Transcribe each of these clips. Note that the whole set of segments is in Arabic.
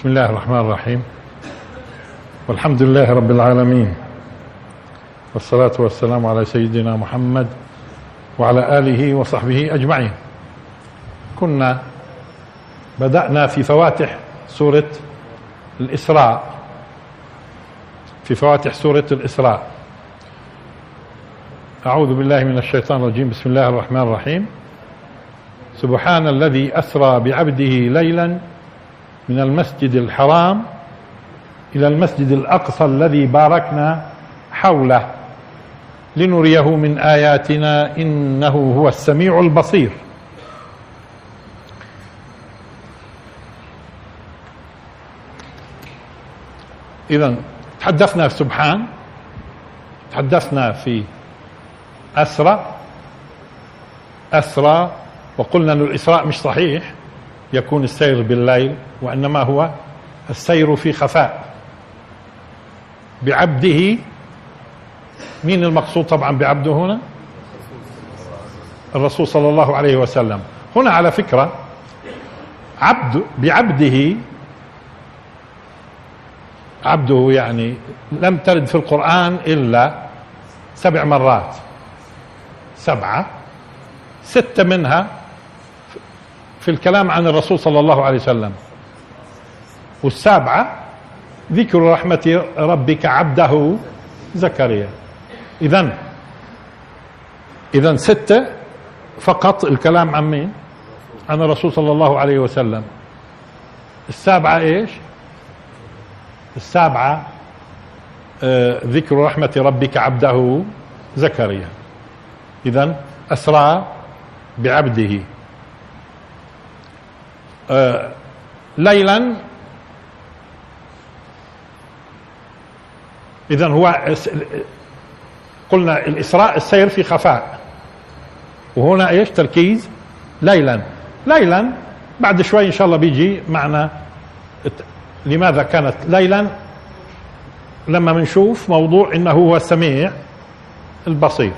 بسم الله الرحمن الرحيم، والحمد لله رب العالمين، والصلاة والسلام على سيدنا محمد وعلى آله وصحبه أجمعين. كنا بدأنا في فواتح سورة الإسراء، أعوذ بالله من الشيطان الرجيم. بسم الله الرحمن الرحيم. سبحان الذي أسرى بعبده ليلا من المسجد الحرام إلى المسجد الأقصى الذي باركنا حوله لنريه من آياتنا إنه هو السميع البصير. إذن تحدثنا في سبحان، تحدثنا في أسرى، وقلنا أن الإسراء مش صحيح يكون السير بالليل، وإنما هو السير في خفاء بعبده. مين المقصود طبعا بعبده هنا؟ الرسول صلى الله عليه وسلم. هنا على فكرة بعبده يعني لم ترد في القرآن إلا 7 مرات، 6 منها في الكلام عن الرسول صلى الله عليه وسلم، وال7 ذكر رحمة ربك عبده زكريا. إذن 6 فقط الكلام عن مين؟ عن الرسول صلى الله عليه وسلم. ال7 ايش؟ ال7 ذكر رحمة ربك عبده زكريا. إذن أسرى بعبده ليلا. إذن هو قلنا الإسراء السير في خفاء، وهنا ايش؟ تركيز ليلا. بعد شوي إن شاء الله بيجي معنا لماذا كانت ليلا لما بنشوف موضوع إنه هو السميع البصير.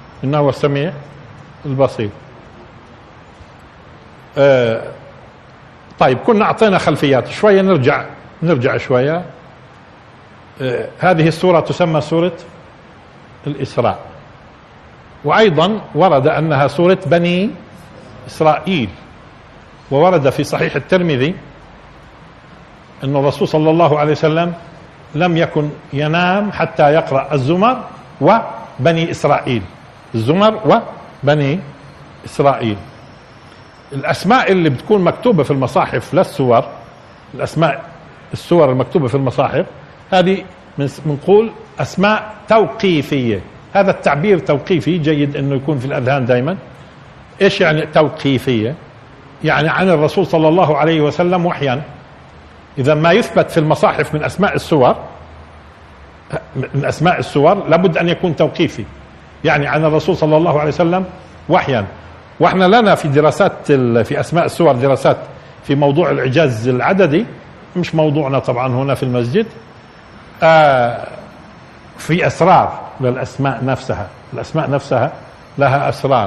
طيب، كنا أعطينا خلفيات شوية، نرجع شوية. هذه السورة تسمى سورة الإسراء، وأيضا ورد أنها سورة بني إسرائيل. وورد في صحيح الترمذي أن الرسول صلى الله عليه وسلم لم يكن ينام حتى يقرأ الزمر وبني إسرائيل. الأسماء اللي بتكون مكتوبة في المصاحف للسور، السور المكتوبة في المصاحف هذه بنقول أسماء توقيفية. هذا التعبير توقيفي جيد أنه يكون في الأذهان دائما. إيش يعني توقيفية؟ يعني عن الرسول صلى الله عليه وسلم وحيا. إذا ما يثبت في المصاحف من أسماء السور لابد أن يكون توقيفي، يعني عن الرسول صلى الله عليه وسلم وحيا. وإحنا لنا في دراسات في أسماء السور دراسات في موضوع الإعجاز العددي، مش موضوعنا طبعا هنا في المسجد. في أسرار للأسماء نفسها، الأسماء نفسها لها أسرار.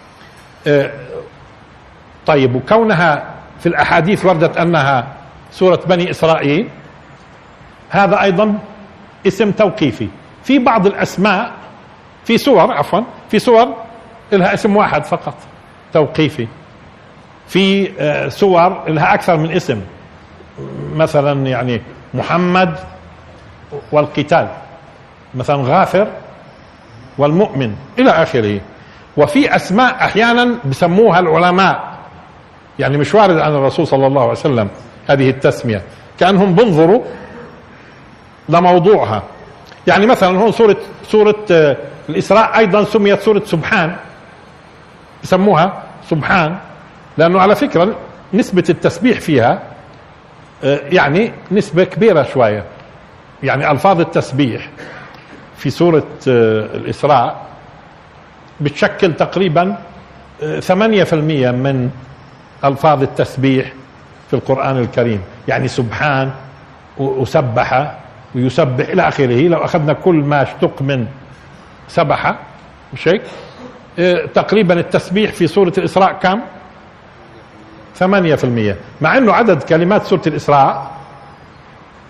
طيب، وكونها في الأحاديث وردت أنها سورة بني إسرائيل، هذا أيضا اسم توقيفي. في بعض الأسماء في سور لها اسم واحد فقط توقيفي. في سور لها أكثر من اسم، مثلا يعني محمد والقتال، مثلا غافر والمؤمن إلى آخره. وفي أسماء أحيانا بسموها العلماء، يعني مش وارد عن الرسول صلى الله عليه وسلم هذه التسمية، كأنهم بنظروا لموضوعها. يعني مثلا هون سورة الإسراء أيضا سميت سورة سبحان، يسموها سبحان لأنه على فكرة نسبة التسبيح فيها يعني نسبة كبيرة شوية. يعني ألفاظ التسبيح في سورة الإسراء بتشكل تقريبا 8% من ألفاظ التسبيح في القرآن الكريم. يعني سبحان وسبح ويسبح إلى آخره. لو أخذنا كل ما اشتق من سبح مش هيك، تقريبا التسبيح في سورة الإسراء كم؟ 8%. مع أنه عدد كلمات سورة الإسراء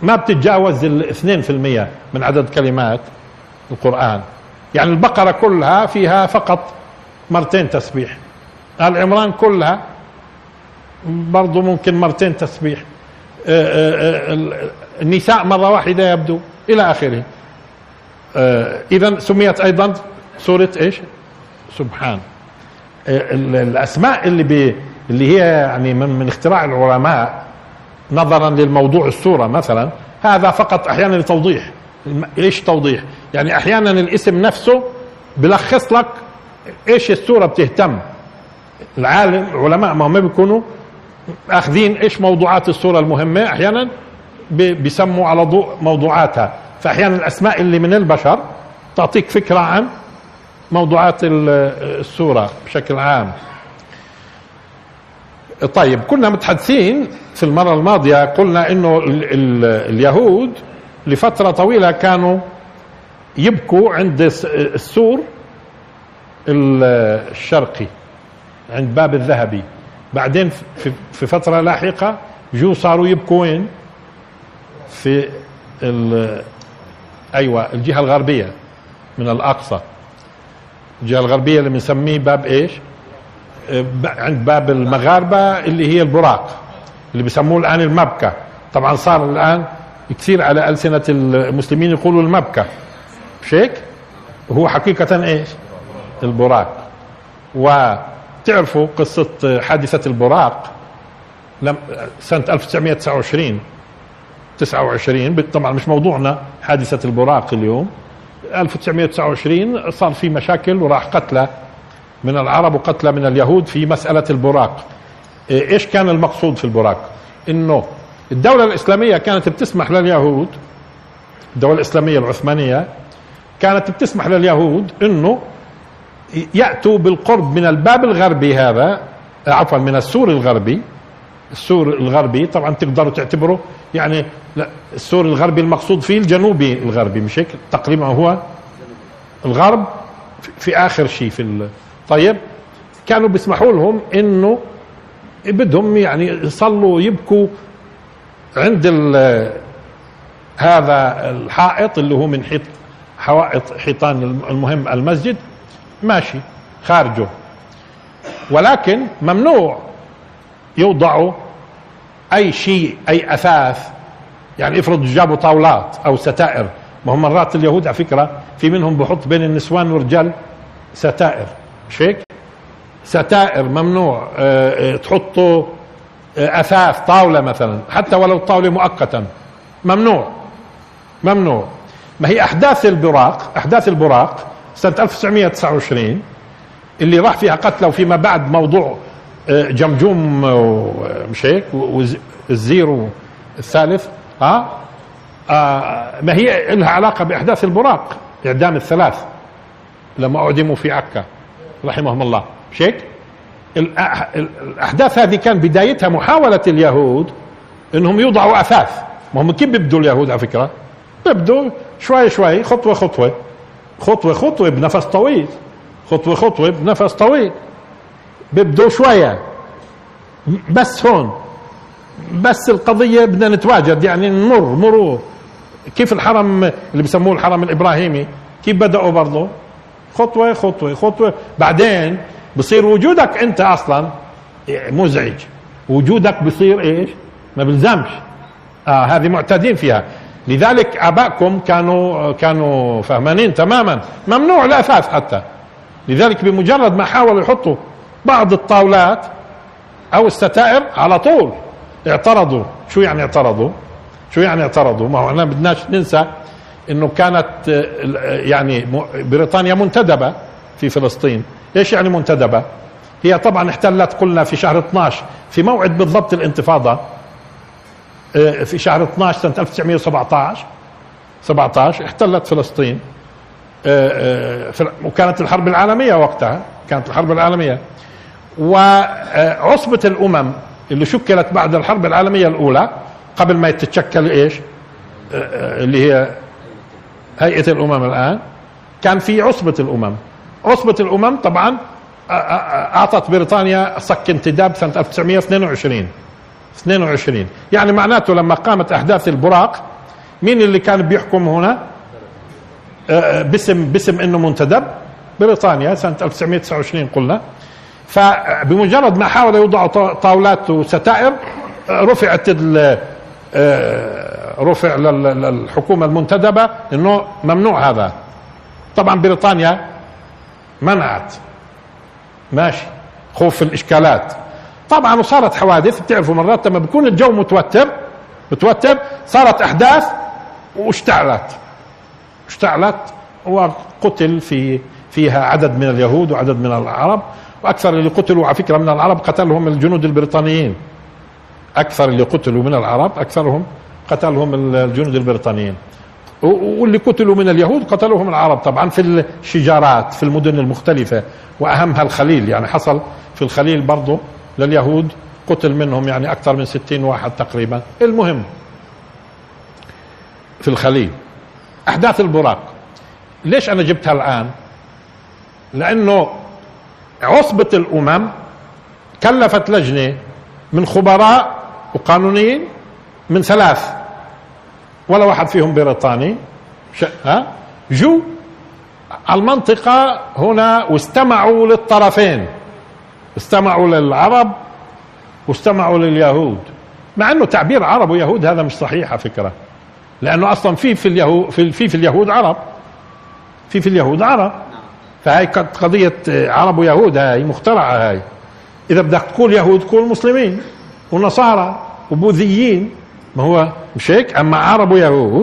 ما بتتجاوز 2% من عدد كلمات القرآن. يعني البقرة كلها فيها فقط مرتين تسبيح، آل عمران كلها برضو ممكن مرتين تسبيح، النساء مرة واحدة يبدو إلى آخره. إذن سميت أيضا سورة إيش؟ سبحان. الأسماء اللي هي يعني من اختراع العلماء نظرا للموضوع السورة مثلا، هذا فقط أحيانا لتوضيح. إيش توضيح؟ يعني أحيانا الاسم نفسه بلخص لك إيش السورة بتهتم. العلماء ما بيكونوا أخذين إيش موضوعات السورة المهمة، أحيانا بيسموا على ضوء موضوعاتها. فأحيانا الأسماء اللي من البشر تعطيك فكرة عن موضوعات السورة بشكل عام. طيب، كنا متحدثين في المرة الماضية، قلنا إنه اليهود لفترة طويلة كانوا يبكوا عند السور الشرقي عند باب الذهبي. بعدين في فترة لاحقة صاروا يبكوا وين؟ في أيوة الجهة الغربية من الأقصى، الجهة الغربية اللي بنسميه باب إيش؟ عند باب المغاربة اللي هي البراق، اللي بيسموه الآن المبكى. طبعا صار الآن كثير على ألسنة المسلمين يقولوا المبكى، مش هيك؟ هو حقيقة إيش؟ البراق. وتعرفوا قصة حادثة البراق سنة 1929 طبعا مش موضوعنا حادثة البراق اليوم. 1929 صار في مشاكل وراح قتلى من العرب وقتلى من اليهود في مسألة البراق. ايش كان المقصود في البراق؟ انه الدولة الإسلامية كانت بتسمح لليهود، الدولة الإسلامية العثمانية كانت بتسمح لليهود انه يأتوا بالقرب من الباب الغربي هذا، عفوا من السور الغربي. السور الغربي طبعا تقدروا تعتبره يعني السور الغربي المقصود فيه الجنوبي الغربي، مش هيك؟ تقريبا هو الغرب في آخر شيء طيب، كانوا بيسمحوا لهم انه بدهم يعني يصلوا يبكوا عند هذا الحائط اللي هو من حوائط حيطان المهم المسجد، ماشي خارجه. ولكن ممنوع يوضعوا اي شيء، اي اثاث. يعني افرض جابوا طاولات او ستائر، ما هم مرات اليهود على فكرة في منهم بحط بين النسوان والرجال ستائر، مش هيك؟ ستائر ممنوع تحطوا اثاث، طاولة مثلا حتى ولو طاولة مؤقتا، ممنوع. ما هي احداث البراق سنة 1929 اللي راح فيها قتلى، وفيما بعد موضوع جمجوم مش هيك والزير الثالث ما هي لها علاقة بأحداث البراق، إعدام الثلاث لما أعدموا في عكا رحمهم الله، مش هيك؟ الأحداث هذه كان بدايتها محاولة اليهود إنهم يوضعوا أثاث. ما هم كيف بيبدوا اليهود على فكرة؟ بيبدوا شوي خطوة بنفس طويل، خطوة بنفس طويل. بيبدوا شوية بس هون، بس القضية بدنا نتواجد، يعني مرور. كيف الحرم اللي بسموه الحرم الإبراهيمي كيف بدأوا برضه؟ خطوة. بعدين بصير وجودك أنت أصلا مزعج، وجودك بصير إيش؟ ما بلزمش. هذه معتادين فيها. لذلك آبائكم كانوا فهمانين تماما، ممنوع الأثاث حتى. لذلك بمجرد ما حاولوا يحطوا بعض الطاولات أو الستائر على طول اعترضوا. شو يعني اعترضوا؟ ما هو احنا بدناش ننسى انه كانت يعني بريطانيا منتدبة في فلسطين. ايش يعني منتدبة؟ هي طبعا احتلت، قلنا في شهر 12 في موعد بالضبط الانتفاضة، في شهر 12 سنة 1917 احتلت فلسطين. وكانت الحرب العالمية وقتها، وعصبة الأمم اللي شكلت بعد الحرب العالمية الأولى قبل ما يتشكل إيش اللي هي هيئة الأمم الآن، كان في عصبة الأمم طبعا أعطت بريطانيا صك انتداب سنة 1922. يعني معناته لما قامت أحداث البراق مين اللي كان بيحكم هنا باسم انه منتدب؟ بريطانيا سنة 1929 قلنا. فبمجرد ما حاول يوضع طاولات وستائر رفع للحكومة المنتدبة انه ممنوع هذا. طبعا بريطانيا منعت، ماشي، خوف الاشكالات طبعا. وصارت حوادث، بتعرفوا مرات لما بيكون الجو متوتر صارت احداث واشتعلت وقتل فيها عدد من اليهود وعدد من العرب. واكثر اللي قتلوا على فكرة من العرب قتلهم الجنود البريطانيين. اكثر اللي قتلوا من العرب اكثرهم قتلهم الجنود البريطانيين، واللي قتلوا من اليهود قتلوهم العرب طبعا في الشجارات في المدن المختلفة، واهمها الخليل. يعني حصل في الخليل برضو لليهود قتل منهم يعني اكثر من 60 واحد تقريبا. المهم في الخليل احداث البراق. ليش انا جبتها الان؟ لانه عصبة الامم كلفت لجنة من خبراء وقانونيين من 3 ولا واحد فيهم بريطاني، جو على المنطقة هنا واستمعوا للطرفين، استمعوا للعرب واستمعوا لليهود. مع انه تعبير عرب ويهود هذا مش صحيح على فكرة، لانه اصلا في اليهود عرب، في اليهود عرب. فهي قضية عرب ويهود هاي مخترعة. هاي اذا بدك تقول يهود قول مسلمين ونصارى وبوذيين، ما هو مش هيك؟ اما عرب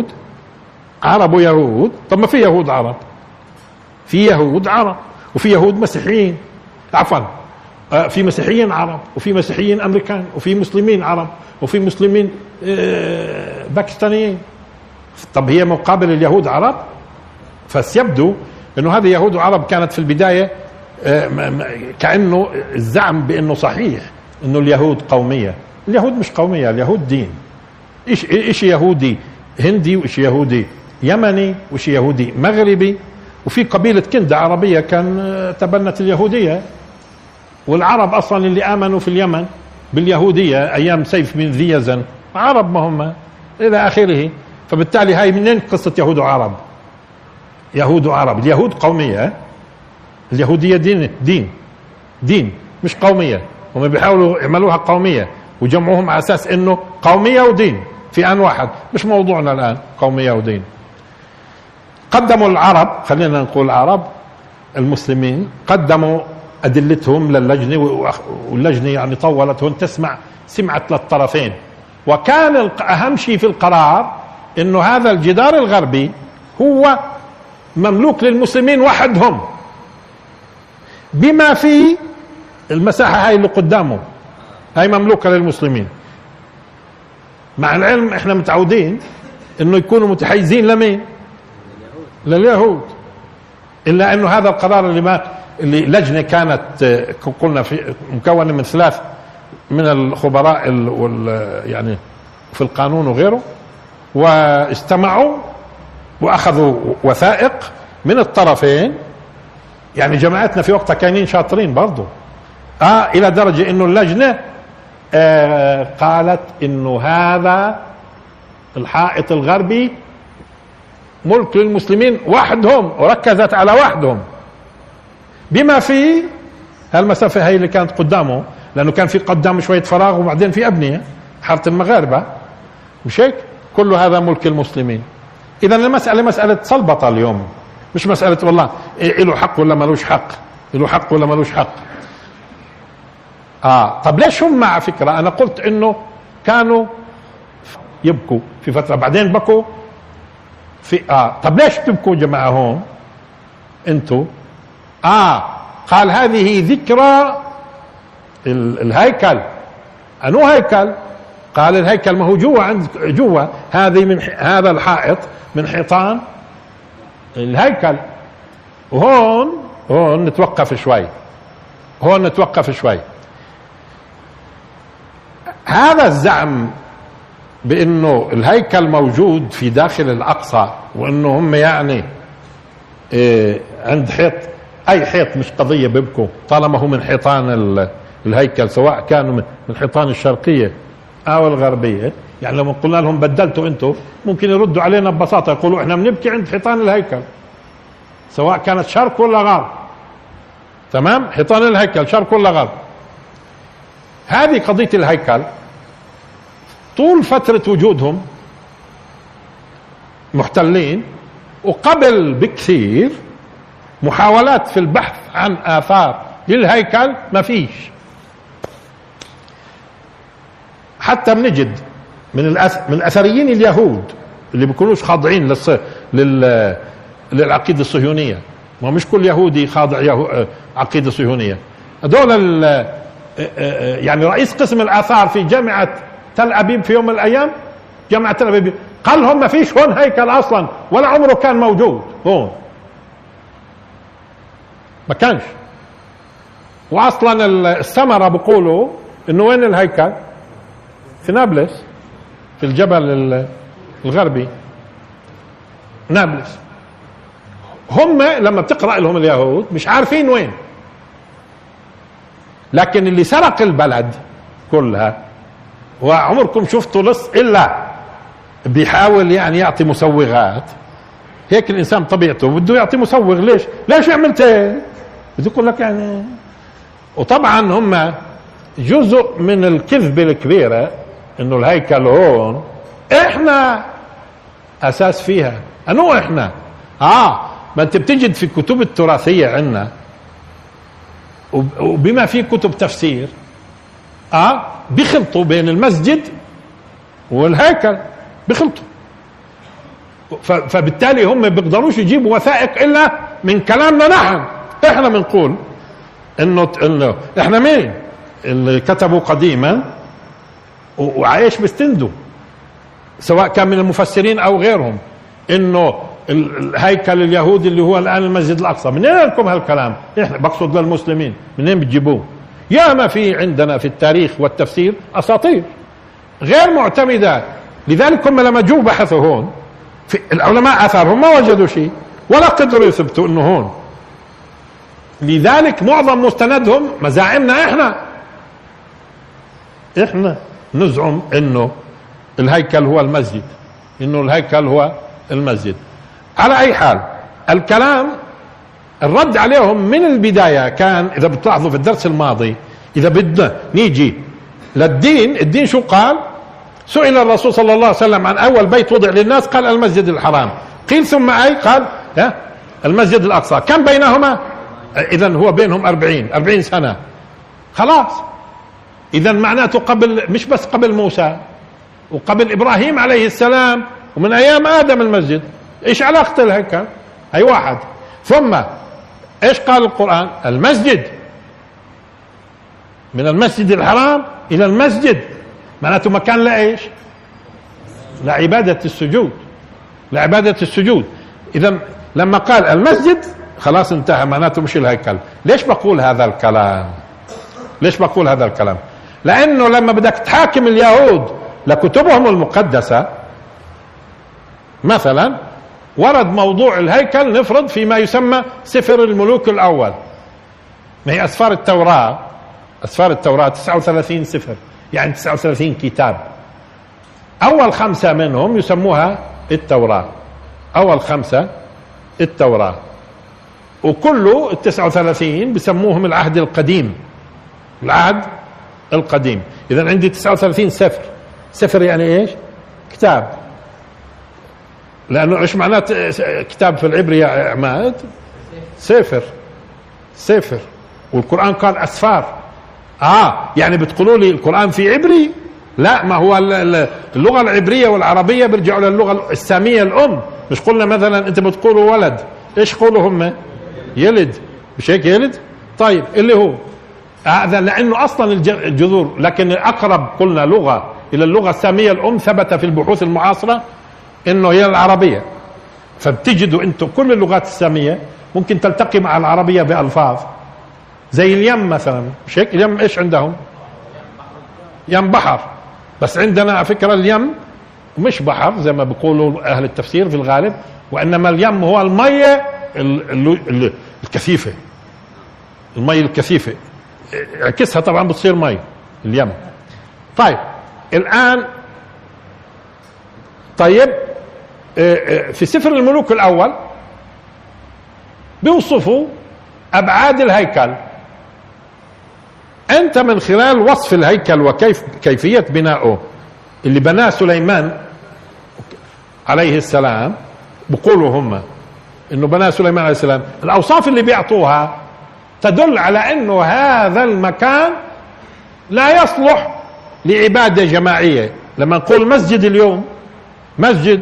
ويهود طب ما في يهود عرب، في يهود عرب وفي يهود مسيحيين، عفوا في مسيحيين عرب وفي مسيحيين امريكان وفي مسلمين عرب وفي مسلمين باكستانيين. طب هي مقابل اليهود عرب؟ فسيبدو انه هذه يهود وعرب كانت في البداية كأنه الزعم بانه صحيح انه اليهود قومية. اليهود مش قومية، اليهود دين. ايش يهودي هندي، وايش يهودي يمني، وايش يهودي مغربي. وفي قبيلة كندة عربية كان تبنت اليهودية، والعرب اصلا اللي امنوا في اليمن باليهودية ايام سيف بن ذي يزن عرب ما هم الى اخره. فبالتالي هاي منين قصة يهود وعرب؟ يهود وعرب، اليهود قومية، اليهودية دين مش قومية. هم بيحاولوا يعملوها قومية وجمعوهم على اساس انه قومية ودين في آن واحد. مش موضوعنا الان قومية ودين. قدموا العرب، خلينا نقول العرب المسلمين، قدموا ادلتهم للجنة، واللجنة يعني طولت هون سمعت للطرفين. وكان اهم شيء في القرار انه هذا الجدار الغربي هو مملوك للمسلمين وحدهم، بما في المساحة هاي اللي قدامه هاي مملوكة للمسلمين. مع العلم احنا متعودين انه يكونوا متحيزين لمين؟ لليهود. الا انه هذا القرار اللي لجنة كانت قلنا مكونة من 3 من الخبراء يعني في القانون وغيره، واستمعوا واخذوا وثائق من الطرفين. يعني جماعتنا في وقتها كانين شاطرين برضو، الى درجة انه اللجنة قالت انه هذا الحائط الغربي ملك للمسلمين وحدهم، وركزت على وحدهم بما في هالمسافة هي اللي كانت قدامه، لانه كان في قدام شوية فراغ وبعدين في ابنية حارة المغاربة، مش هيك؟ كل هذا ملك المسلمين. اذا المسألة مسألة صلبطة اليوم، مش مسألة والله له حق ولا ملوش حق، له حق ولا ملوش حق. طب ليش هم على فكرة انا قلت انه كانوا يبكوا في فترة بعدين بكوا في طب ليش تبكوا جماعة هون انتوا؟ قال هذه ذكرى الهيكل. انو هيكل؟ قال الهيكل ما هو جوا هذه من هذا الحائط من حيطان الهيكل. وهون نتوقف شوي. هذا الزعم بانه الهيكل موجود في داخل الاقصى، وانه هم يعني عند حيط، اي حيط مش قضية بيبكوا طالما هو من حيطان الهيكل، سواء كانوا من الحيطان الشرقية او الغربية. يعني لما قلنا لهم بدلتوا انتم ممكن يردوا علينا ببساطة يقولوا احنا بنبكي عند حيطان الهيكل سواء كانت شرق ولا غرب. تمام، حيطان الهيكل شرق ولا غرب. هذه قضية الهيكل طول فترة وجودهم محتلين، وقبل بكثير محاولات في البحث عن آثار للهيكل ما فيش. حتى بنجد من الأثريين اليهود اللي بيكونوش خاضعين للعقيدة الصهيونية، ما مش كل يهودي خاضع عقيدة صهيونية. هذول يعني رئيس قسم الآثار في جامعة تل أبيب في يوم من الأيام، جامعة تل أبيب، قال لهم ما فيش هون هيكل أصلا ولا عمره كان موجود هون، ما كانش. وأصلا السمرة بيقولوا إنه وين الهيكل؟ في نابلس، في الجبل الغربي نابلس. هم لما بتقرأ لهم اليهود مش عارفين وين، لكن اللي سرق البلد كلها، وعمركم شفتوا لص إلا بيحاول يعني يعطي مسوغات. هيك الإنسان طبيعته بده يعطي مسوغ. ليش عملت هيك؟ بده يقول لك يعني. وطبعا هم جزء من الكذبة الكبيرة انه الهيكل هون احنا اساس فيها. انو احنا ما انت بتجد في كتب التراثية عندنا وبما في كتب تفسير بيخلطوا بين المسجد والهيكل، بيخلطوا. فبالتالي هم بيقدروش يجيبوا وثائق الا من كلامنا نحن. احنا بنقول انه احنا مين اللي كتبوا قديما وعايش بيستندوا، سواء كان من المفسرين او غيرهم، انه الهيكل اليهودي اللي هو الان المسجد الاقصى. منين لكم هالكلام؟ احنا بقصد للمسلمين، منين بتجيبوه؟ يا ما في عندنا في التاريخ والتفسير اساطير غير معتمده. لذلك هم لما جو بحثوا هون في العلماء اثارهم ما وجدوا شيء ولا قدروا يثبتوا انه هون. لذلك معظم مستندهم مزاعمنا احنا نزعم انه الهيكل هو المسجد، انه الهيكل هو المسجد. على اي حال الكلام الرد عليهم من البداية كان، اذا بتلاحظوا في الدرس الماضي، اذا بدنا نيجي للدين، الدين شو قال؟ سئل الرسول صلى الله عليه وسلم عن اول بيت وضع للناس، قال المسجد الحرام. قيل ثم اي؟ قال المسجد الاقصى. كم بينهما؟ اذا هو بينهم 40 سنة. خلاص، اذا معناته قبل، مش بس قبل موسى وقبل ابراهيم عليه السلام ومن ايام ادم المسجد. ايش علاقة الهيكل؟ هي واحد. ثم ايش قال القرآن؟ المسجد، من المسجد الحرام الى المسجد، معناته مكان لايش؟ لعبادة السجود، لعبادة السجود. اذا لما قال المسجد خلاص انتهى، معناته مش الهيكل. ليش بقول هذا الكلام؟ ليش بقول هذا الكلام؟ لانه لما بدك تحاكم اليهود لكتبهم المقدسة، مثلا ورد موضوع الهيكل نفرض فيما يسمى سفر الملوك الاول، ما هي اسفار التوراة. اسفار التوراة 39 سفر، يعني 39 كتاب. اول 5 منهم يسموها التوراة، اول 5 التوراة، وكله 39 بسموهم العهد القديم، العهد القديم. اذا عندي 39 سفر. سفر يعني ايش؟ كتاب. لانه ايش معنات كتاب في العبري يا عماد؟ سفر، سفر. والقرآن قال اسفار. يعني بتقولوا لي القرآن في عبري؟ لا، ما هو اللغة العبرية والعربية بيرجعوا للغة السامية الام. مش قلنا مثلا انت بتقولوا ولد، ايش قولوا هم؟ يلد، مش هيك يلد؟ طيب اللي هو هذا لانه اصلا الجذور، لكن اقرب قلنا لغة الى اللغة السامية الام ثبت في البحوث المعاصرة انه هي العربية. فبتجدوا انتم كل اللغات السامية ممكن تلتقي مع العربية بألفاظ، زي اليم مثلا، مش هيك؟ اليم ايش عندهم؟ يم بحر. بس عندنا على فكرة اليم مش بحر زي ما بيقولوا اهل التفسير في الغالب، وانما اليم هو المية الكثيفة، المية الكثيفة عكسها طبعا بتصير مي اليم. طيب الان طيب في سفر الملوك الأول بيوصفوا أبعاد الهيكل. أنت من خلال وصف الهيكل وكيفية بنائه اللي بناه سليمان عليه السلام، بقولوا هم إنه بناه سليمان عليه السلام، الأوصاف اللي بيعطوها تدل على إنه هذا المكان لا يصلح لعبادة جماعية. لما نقول مسجد اليوم مسجد،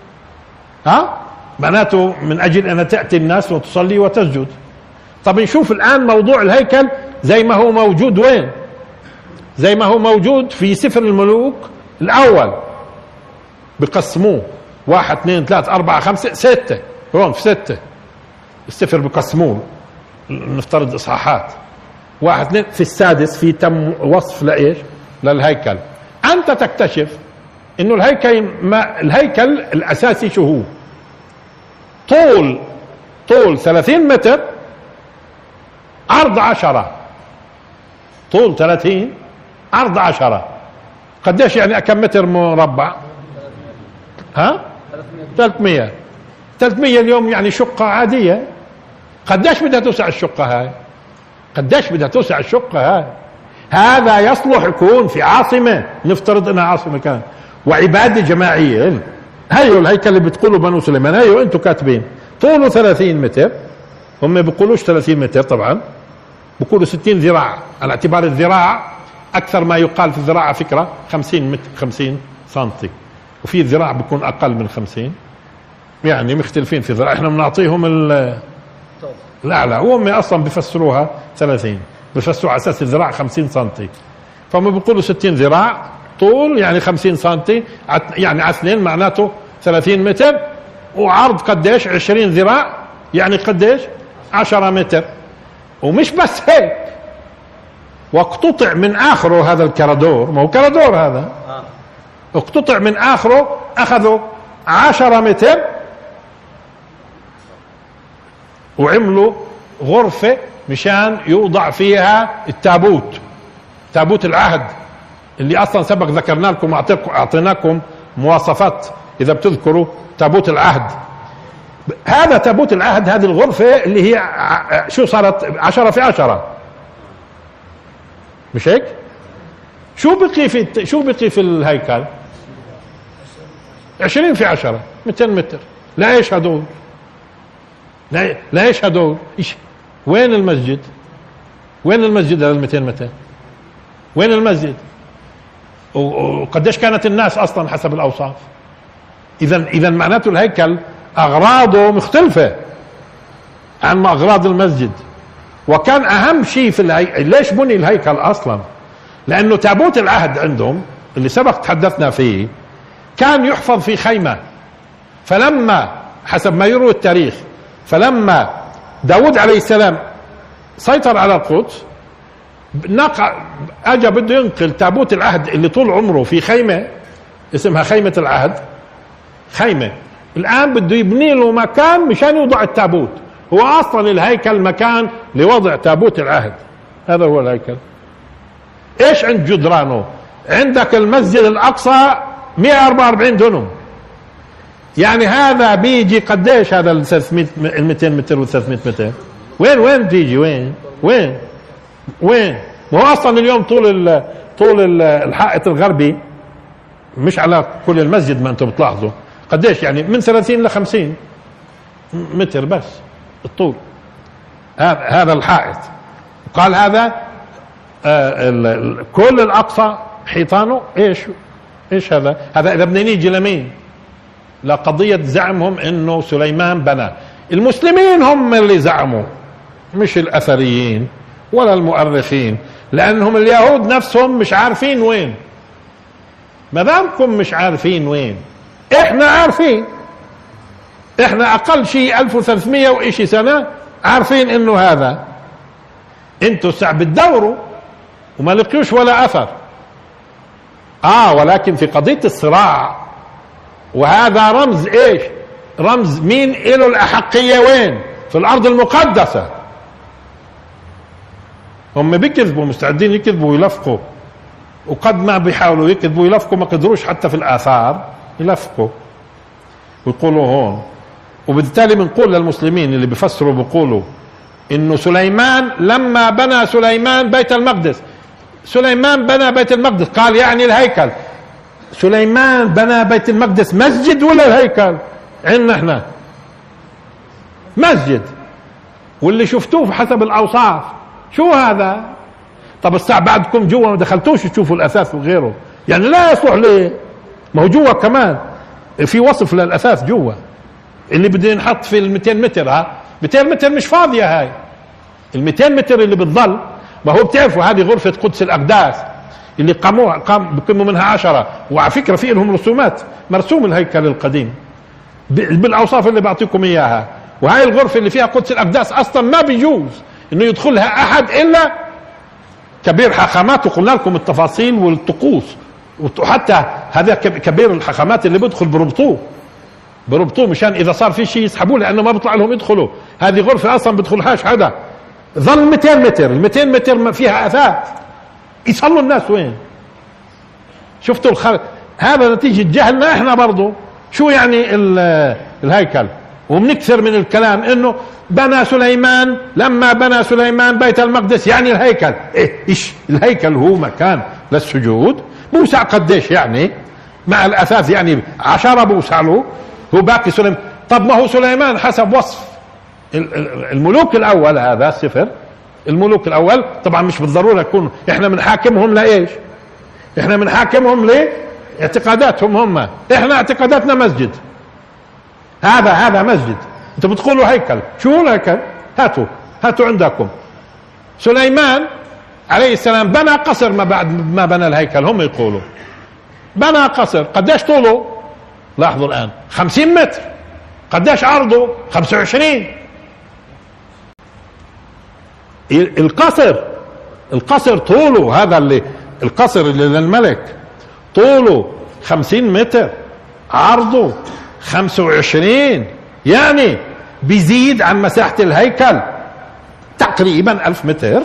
معناته من أجل أن تأتي الناس وتصلي وتسجد. طب نشوف الآن موضوع الهيكل زي ما هو موجود وين؟ زي ما هو موجود في سفر الملوك الأول، بقسموه 1 2 3 4 5 6. هون في 6 السفر بقسموه، نفترض إصحاحات 1 2. في السادس في تم وصف لإيش؟ للهيكل. أنت تكتشف إنه الهيكل الأساسي شو هو؟ طول 30 متر، عرض 10. طول 30، عرض 10. قديش يعني كم متر مربع؟ 300. 300 اليوم يعني شقة عادية. قديش بدها توسع الشقة هاي؟ قديش بدها توسع الشقة هاي؟ هذا يصلح يكون في عاصمة، نفترض انها عاصمة كان وعبادة جماعية. هيو الهيكل اللي بتقولوا بنو سليمان، هيو انتم كاتبين طوله 30 متر، هم بيقولوش 30 متر طبعا، بيقولوا 60 ذراع، على اعتبار الذراع اكثر ما يقال في الذراع فكرة 50 متر 50 سنتي، وفي ذراع بيكون اقل من 50، يعني مختلفين في الذراع. احنا بنعطيهم لا هم اصلا بفسروها 30، بفسروا على اساس الذراع 50 سنتي، فهم بيقولوا 60 ذراع طول يعني 50 سنتي، يعني على 2 معناته 30 متر، وعرض قديش؟ 20 ذراع، يعني قديش؟ 10 متر. ومش بس هيك، واقتطع من اخره هذا الكرادور، ما هو كرادور هذا، اقتطع من اخره، اخذوا 10 متر وعملوا غرفة مشان يوضع فيها التابوت، تابوت العهد اللي اصلا سبق ذكرنا لكم، اعطيناكم مواصفات اذا بتذكروا تابوت العهد. هذا تابوت العهد، هذه الغرفة اللي هي شو صارت 10 في 10، مش هيك؟ شو بقي في الهيكل؟ 20 في 10، 200 متر. لا ايش هدول؟ لا ايش هدول؟ وين المسجد؟ وين المسجد هذا 200 متر؟ وين المسجد؟ وقديش كانت الناس اصلا حسب الاوصاف؟ اذا معناته الهيكل اغراضه مختلفة عن اغراض المسجد. وكان اهم شيء في ليش بني الهيكل اصلا؟ لانه تابوت العهد عندهم اللي سبق تحدثنا فيه كان يحفظ في خيمة، فلما حسب ما يروي التاريخ، فلما داود عليه السلام سيطر على القدس، اجى بده ينقل تابوت العهد اللي طول عمره في خيمة اسمها خيمة العهد، خيمة، الآن بده يبني له مكان مشان يوضع التابوت. هو أصلا الهيكل مكان لوضع تابوت العهد، هذا هو الهيكل. إيش عند جدرانه؟ عندك المسجد الأقصى 144 دنم، يعني هذا بيجي قديش هذا ال 200 متر و 300 متر؟ وين بيجي؟ وين وهو أصلا اليوم طول الحائط الغربي مش على كل المسجد، ما أنتم بتلاحظوا قديش، يعني من 30 ل 50 متر بس الطول، هذا الحائط. قال هذا كل الأقصى حيطانه ايش هذا اذا بدنا نيجي لمين؟ لقضية زعمهم انه سليمان بنى. المسلمين هم اللي زعموا، مش الاثريين ولا المؤرخين، لانهم اليهود نفسهم مش عارفين وين. ما دامكم مش عارفين وين، احنا عارفين، احنا اقل شيء 1300 وإشي سنة عارفين انه هذا. انتوا ساعة بتدوروا وما لقيوش ولا اثر. ولكن في قضية الصراع، وهذا رمز ايش؟ رمز مين له الاحقية وين؟ في الارض المقدسة. هم بيكذبوا، مستعدين يكذبوا ويلفقوا، وقد ما بيحاولوا يكذبوا ويلفقوا ما قدروش حتى في الاثار يلفقوا ويقولوا هون. وبالتالي بنقول للمسلمين اللي بيفسروا بيقولوا انه سليمان لما بنى سليمان بيت المقدس، سليمان بنى بيت المقدس قال يعني الهيكل. سليمان بنى بيت المقدس مسجد ولا الهيكل؟ عندنا احنا مسجد، واللي شفتوه حسب الاوصاف شو هذا؟ طب الساعة بعدكم جوا ما دخلتوش تشوفوا الاساس وغيره، يعني لا يصلح ليه؟ ما هو جوا كمان في وصف للاساس جوا اللي بده ينحط في ال 200 متر. 200 متر مش فاضيه هاي، ال 200 متر اللي بتضل. ما هو بتعرفوا هذه غرفه قدس الاقداس اللي بقيموا منها 10. وعلى فكره في لهم رسومات، مرسوم الهيكل القديم بالاوصاف اللي بعطيكم اياها. وهاي الغرفه اللي فيها قدس الاقداس اصلا ما بيجوز انه يدخلها احد الا كبير حاخامات، وقلنا لكم التفاصيل والطقوس. وحتى هذا كبير الحاخامات اللي بيدخل بربطوه مشان اذا صار في شيء يسحبوه، لانه ما بيطلع لهم يدخلوا. هذه غرفه اصلا بدخلهاش حدا. ظل 200 متر، ال 200 متر ما فيها اثاث. يصلوا الناس وين؟ شفتوا هذا نتيجه جهلنا احنا برضو. شو يعني الهيكل؟ وبنكثر من الكلام انه بنى سليمان لما بنى سليمان بيت المقدس يعني الهيكل. ايش الهيكل؟ هو مكان للسجود. بوسع قديش يعني مع الاثاث؟ يعني 10 بوسع له. هو باقي سليمان. طب ما هو سليمان حسب وصف الملوك الاول، هذا السفر الملوك الاول طبعا مش بالضروره يكون احنا بنحاكمهم لايش؟ احنا بنحاكمهم لاعتقاداتهم هم. احنا اعتقاداتنا مسجد. هذا مسجد. انتوا بتقولوا هيكل. شو الهيكل؟ هاتوا عندكم. سليمان عليه السلام بنى قصر ما بعد ما بنى الهيكل. هم يقولوا بنى قصر. قديش طوله؟ لاحظوا الان 50 متر. قديش عرضه؟ 25. القصر طوله، هذا اللي القصر اللي للملك طوله 50 متر، عرضه 25، يعني بيزيد عن مساحة الهيكل تقريبا 1000 متر.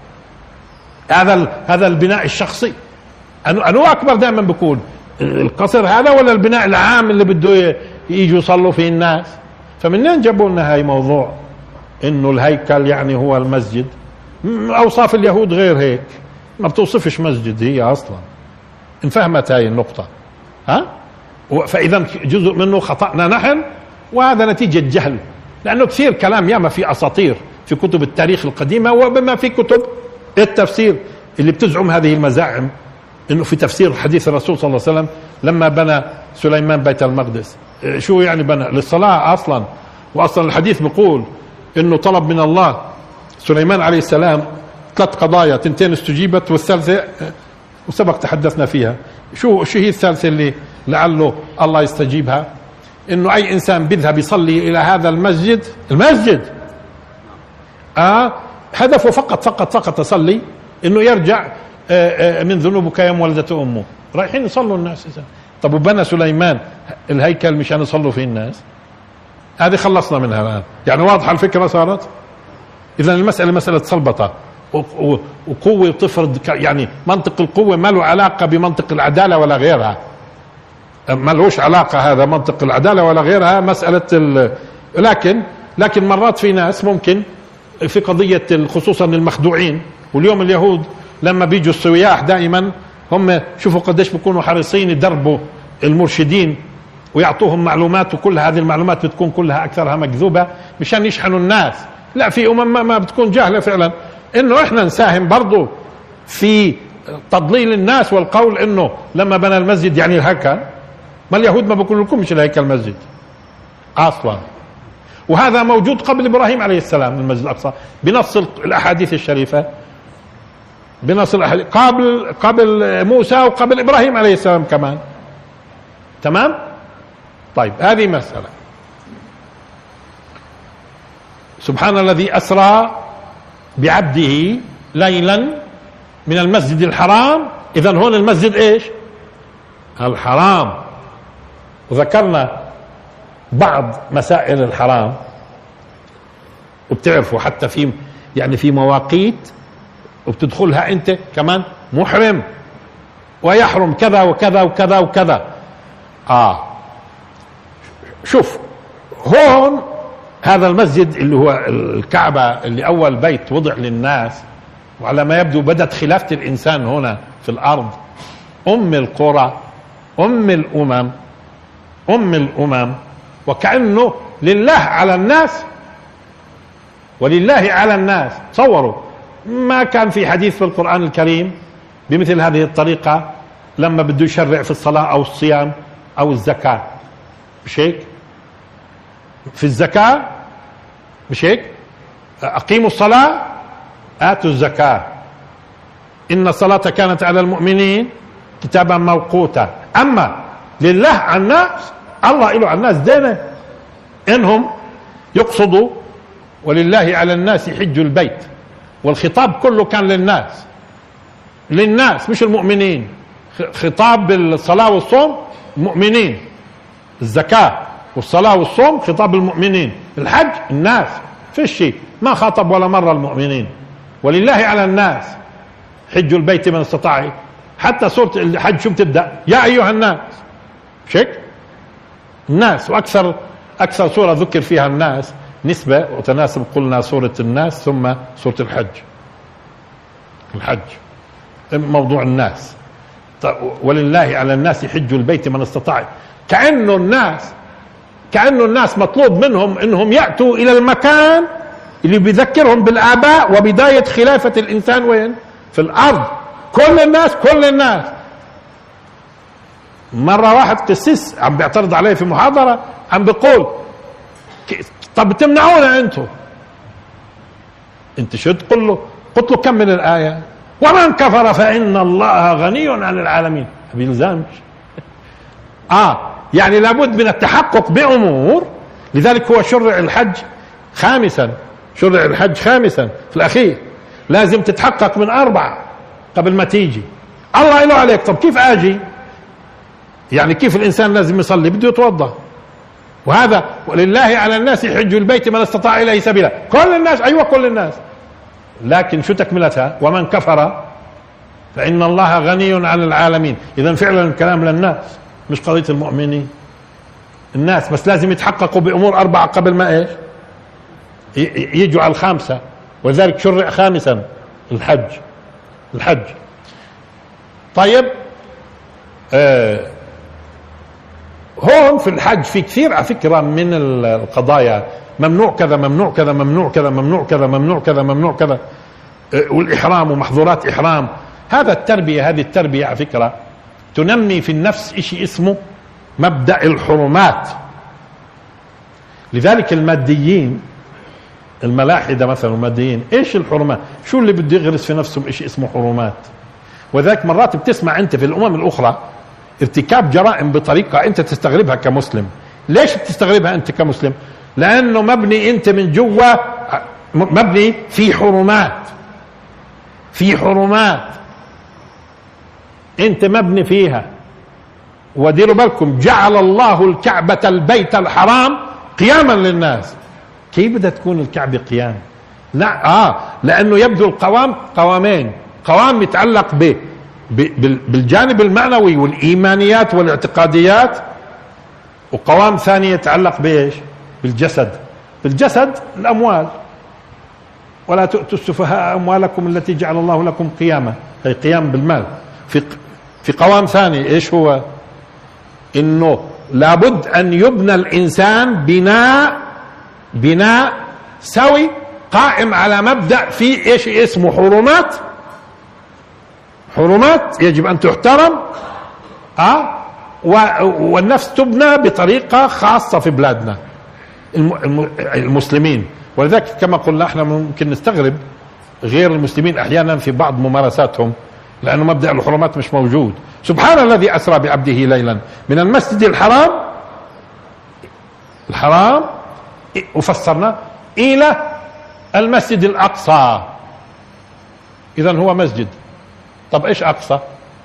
هذا البناء الشخصي. أنو أكبر دائما بكون القصر هذا ولا البناء العام اللي بده يجوا يصلوا فيه الناس؟ فمنين جابوا لنا هاي موضوع انه الهيكل يعني هو المسجد؟ اوصاف اليهود غير هيك، ما بتوصفش مسجد هي اصلا. انفهمت هاي النقطة؟ فاذا جزء منه خطأنا نحن، وهذا نتيجة جهل. لانه كثير كلام ياما في اساطير في كتب التاريخ القديمة، وبما في كتب التفسير اللي بتزعم هذه المزاعم انه في تفسير حديث الرسول صلى الله عليه وسلم لما بنى سليمان بيت المقدس. شو يعني بنى؟ للصلاة اصلا. واصلا الحديث بيقول انه طلب من الله سليمان عليه السلام 3 قضايا، 2 استجيبت والثالثة وسبق تحدثنا فيها. شو هي الثالثة اللي لعله الله يستجيبها؟ انه اي انسان بيذهب يصلي الى هذا المسجد هدفه فقط يصلي، انه يرجع من ذنوبه كيوم ولدته امه. رايحين يصلوا الناس إذا. طب وبنى سليمان الهيكل مشان يصلوا فيه الناس؟ هذه خلصنا منها الان. يعني واضحه الفكره صارت. اذا المساله مساله سلبطه وقوه وتفرض. يعني منطق القوه ما له علاقه بمنطق العداله ولا غيرها، ما لهوش علاقه هذا منطق العداله ولا غيرها. مساله لكن مرات في ناس ممكن في قضيه خصوصا المخدوعين. واليوم اليهود لما بيجوا السياح دائما هم شوفوا قديش بيكونوا حريصين يدربوا المرشدين ويعطوهم معلومات، وكل هذه المعلومات بتكون كلها اكثرها مكذوبه مشان يشحنوا الناس. لا، في ما بتكون جاهله فعلا. انه احنا نساهم برضو في تضليل الناس والقول انه لما بنى المسجد يعني الهيكل. ما اليهود ما بقول لكمش الهيكل مسجد اصلا. وهذا موجود قبل ابراهيم عليه السلام المسجد الاقصى بنص الاحاديث الشريفه، بنص الاحاديث قبل موسى وقبل ابراهيم عليه السلام كمان. تمام؟ طيب هذه مسألة. سبحان الذي أسرى بعبده ليلا من المسجد الحرام. إذا هون المسجد إيش؟ الحرام. وذكرنا بعض مسائل الحرام، وبتعرفوا حتى في مواقيت وبتدخلها أنت كمان محرم، ويحرم كذا وكذا وكذا وكذا. شوف هون هذا المسجد اللي هو الكعبة اللي أول بيت وضع للناس، وعلى ما يبدو بدت خلافة الإنسان هنا في الأرض، أم القرى، أم الأمم، وكأنه لله على الناس ولله على الناس. تصوروا ما كان في حديث في القرآن الكريم بمثل هذه الطريقة لما بده يشرع في الصلاة أو الصيام أو الزكاة، مش هيك؟ في الزكاة مش هيك؟ أقيموا الصلاة آتوا الزكاة إن الصلاة كانت على المؤمنين كتابا موقوتا. أما لله على الناس، الله له على الناس دينه، إنهم يقصدوا ولله على الناس حج البيت، والخطاب كله كان للناس مش المؤمنين. خطاب الصلاة والصوم المؤمنين، الزكاة والصلاة والصوم خطاب المؤمنين، الحج الناس، في شيء ما خاطب ولا مرة المؤمنين. ولله على الناس حج البيت من استطاع. حتى سورة الحج شو بتبدأ؟ يا أيها الناس، مش هيك؟ الناس، وأكثر سورة ذكر فيها الناس نسبة وتناسب، قلنا سورة الناس ثم سورة الحج موضوع الناس. ولله على الناس حج البيت من استطاع. كأنه الناس مطلوب منهم انهم يأتوا الى المكان اللي بيذكرهم بالآباء وبداية خلافة الإنسان وين؟ في الأرض. كل الناس. مرة واحد قسيس عم بيعترض عليه في محاضرة، عم بيقول طب تمنعونا انت شو تقول له؟ قلت له كمل الآية، ومن كفر فإن الله غني عن العالمين. ما بيلزمش. يعني لابد من التحقق بأمور. لذلك هو شرع الحج خامسا في الأخير. لازم تتحقق من 4 قبل ما تيجي. الله له عليك. طب كيف آجي؟ يعني كيف الإنسان لازم يصلي؟ بده يتوضأ. وهذا ولله على الناس حج البيت من استطاع إليه سبيلا. كل الناس، أيوة كل الناس. لكن شو تكملتها؟ ومن كفر فإن الله غني عن العالمين. إذن فعلا الكلام للناس مش قضية المؤمنين. الناس بس لازم يتحققوا بأمور 4 قبل ما إيش يجوا على الخامسة. ولذلك شرع خامسا الحج. طيب هون في الحج في كثير على فكرة من القضايا، ممنوع كذا ممنوع كذا ممنوع كذا ممنوع كذا ممنوع كذا ممنوع كذا، والإحرام ومحظورات إحرام. هذه التربية على فكرة تنمي في النفس إشي اسمه مبدأ الحرمات. لذلك الماديين، الملاحدة مثلا، الماديين إيش الحرمات؟ شو اللي بده يغرس في نفسهم إشي اسمه حرمات. وذلك مرات بتسمع أنت في الأمم الأخرى ارتكاب جرائم بطريقة أنت تستغربها كمسلم. ليش بتستغربها أنت كمسلم؟ لأنه مبني أنت من جوا، مبني في حرمات أنت مبني فيها. وديروا بالكم، جعل الله الكعبة البيت الحرام قياما للناس. كيف بدها تكون الكعبة قيام؟ لا لأنه يبدو القوام قوامين، قوام يتعلق بالجانب المعنوي والإيمانيات والاعتقاديات، وقوام ثاني يتعلق بإيش؟ بالجسد الأموال. ولا تؤتوا السفهاء أموالكم التي جعل الله لكم قياما، هي قيام بالمال. في قوام ثاني إيش هو؟ إنه لابد أن يبنى الإنسان بناء سوي قائم على مبدأ في إيش اسمه حرمات يجب أن تحترم. والنفس تبنى بطريقة خاصة في بلادنا المسلمين. ولذلك كما قلنا احنا ممكن نستغرب غير المسلمين أحيانا في بعض ممارساتهم، لأنه مبدأ الحرمات مش موجود. سبحان الذي أسرى بعبده ليلا من المسجد الحرام وفسرنا إلى المسجد الأقصى. إذن هو مسجد. طب إيش أقصى؟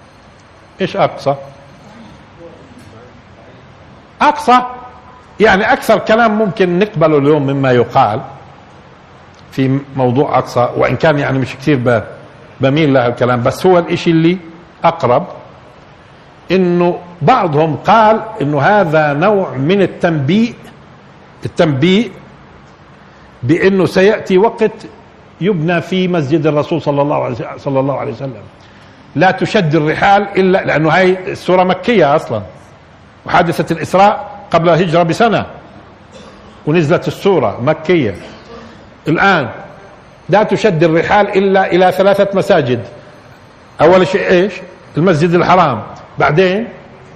أقصى يعني أكثر كلام ممكن نقبله اليوم مما يقال في موضوع أقصى، وإن كان يعني مش كثير بميل له الكلام، بس هو الإشي اللي أقرب. انه بعضهم قال انه هذا نوع من التنبيه بانه سيأتي وقت يبنى في مسجد الرسول صلى الله عليه وسلم لا تشد الرحال الا، لانه هاي السورة مكية اصلا، وحادثة الاسراء قبل الهجرة بسنة، ونزلت السورة مكية. الان لا تشد الرحال الا الى 3 مساجد. اول شيء ايش؟ المسجد الحرام، بعدين